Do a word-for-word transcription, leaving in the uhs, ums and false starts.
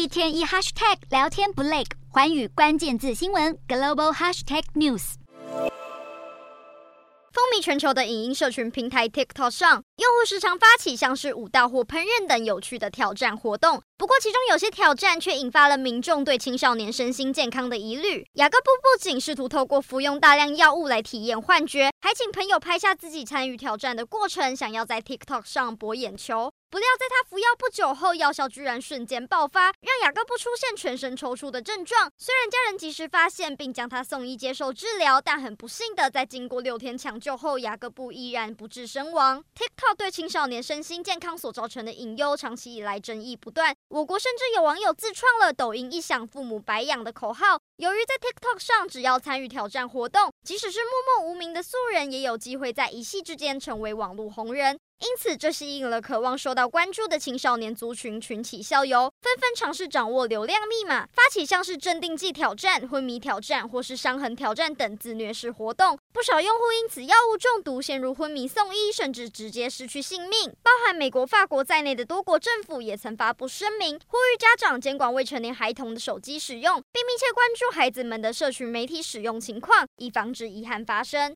一天一 hashtag 聊天不累，寰宇关键字新闻 global hashtag news。 风靡全球的影音社群平台 TikTok 上，用户时常发起像是舞蹈或烹饪等有趣的挑战活动。不过，其中有些挑战却引发了民众对青少年身心健康的疑虑。雅各布不仅试图透过服用大量药物来体验幻觉，还请朋友拍下自己参与挑战的过程，想要在 TikTok 上博眼球。不料，在他服药不久后，药效居然瞬间爆发，让雅各布出现全身抽搐的症状。虽然家人及时发现并将他送医接受治疗，但很不幸的，在经过六天抢救后，雅各布依然不治身亡。TikTok 对青少年身心健康所造成的隐忧，长期以来争议不断。我国甚至有网友自创了抖音一响父母白养的口号。由于在 TikTok 上，只要参与挑战活动，即使是默默无名的素人，也有机会在一夕之间成为网络红人。因此，这吸引了渴望受到关注的青少年族群群起效尤，纷纷尝试掌握流量密码，发起像是镇定剂挑战、昏迷挑战或是伤痕挑战等自虐式活动。不少用户因此药物中毒，陷入昏迷送医，甚至直接失去性命。包含美国、法国在内的多国政府也曾发布声明，呼吁家长监管未成年孩童的手机使用，并密切关注孩子们的社群媒体使用情况，以防止遗憾发生。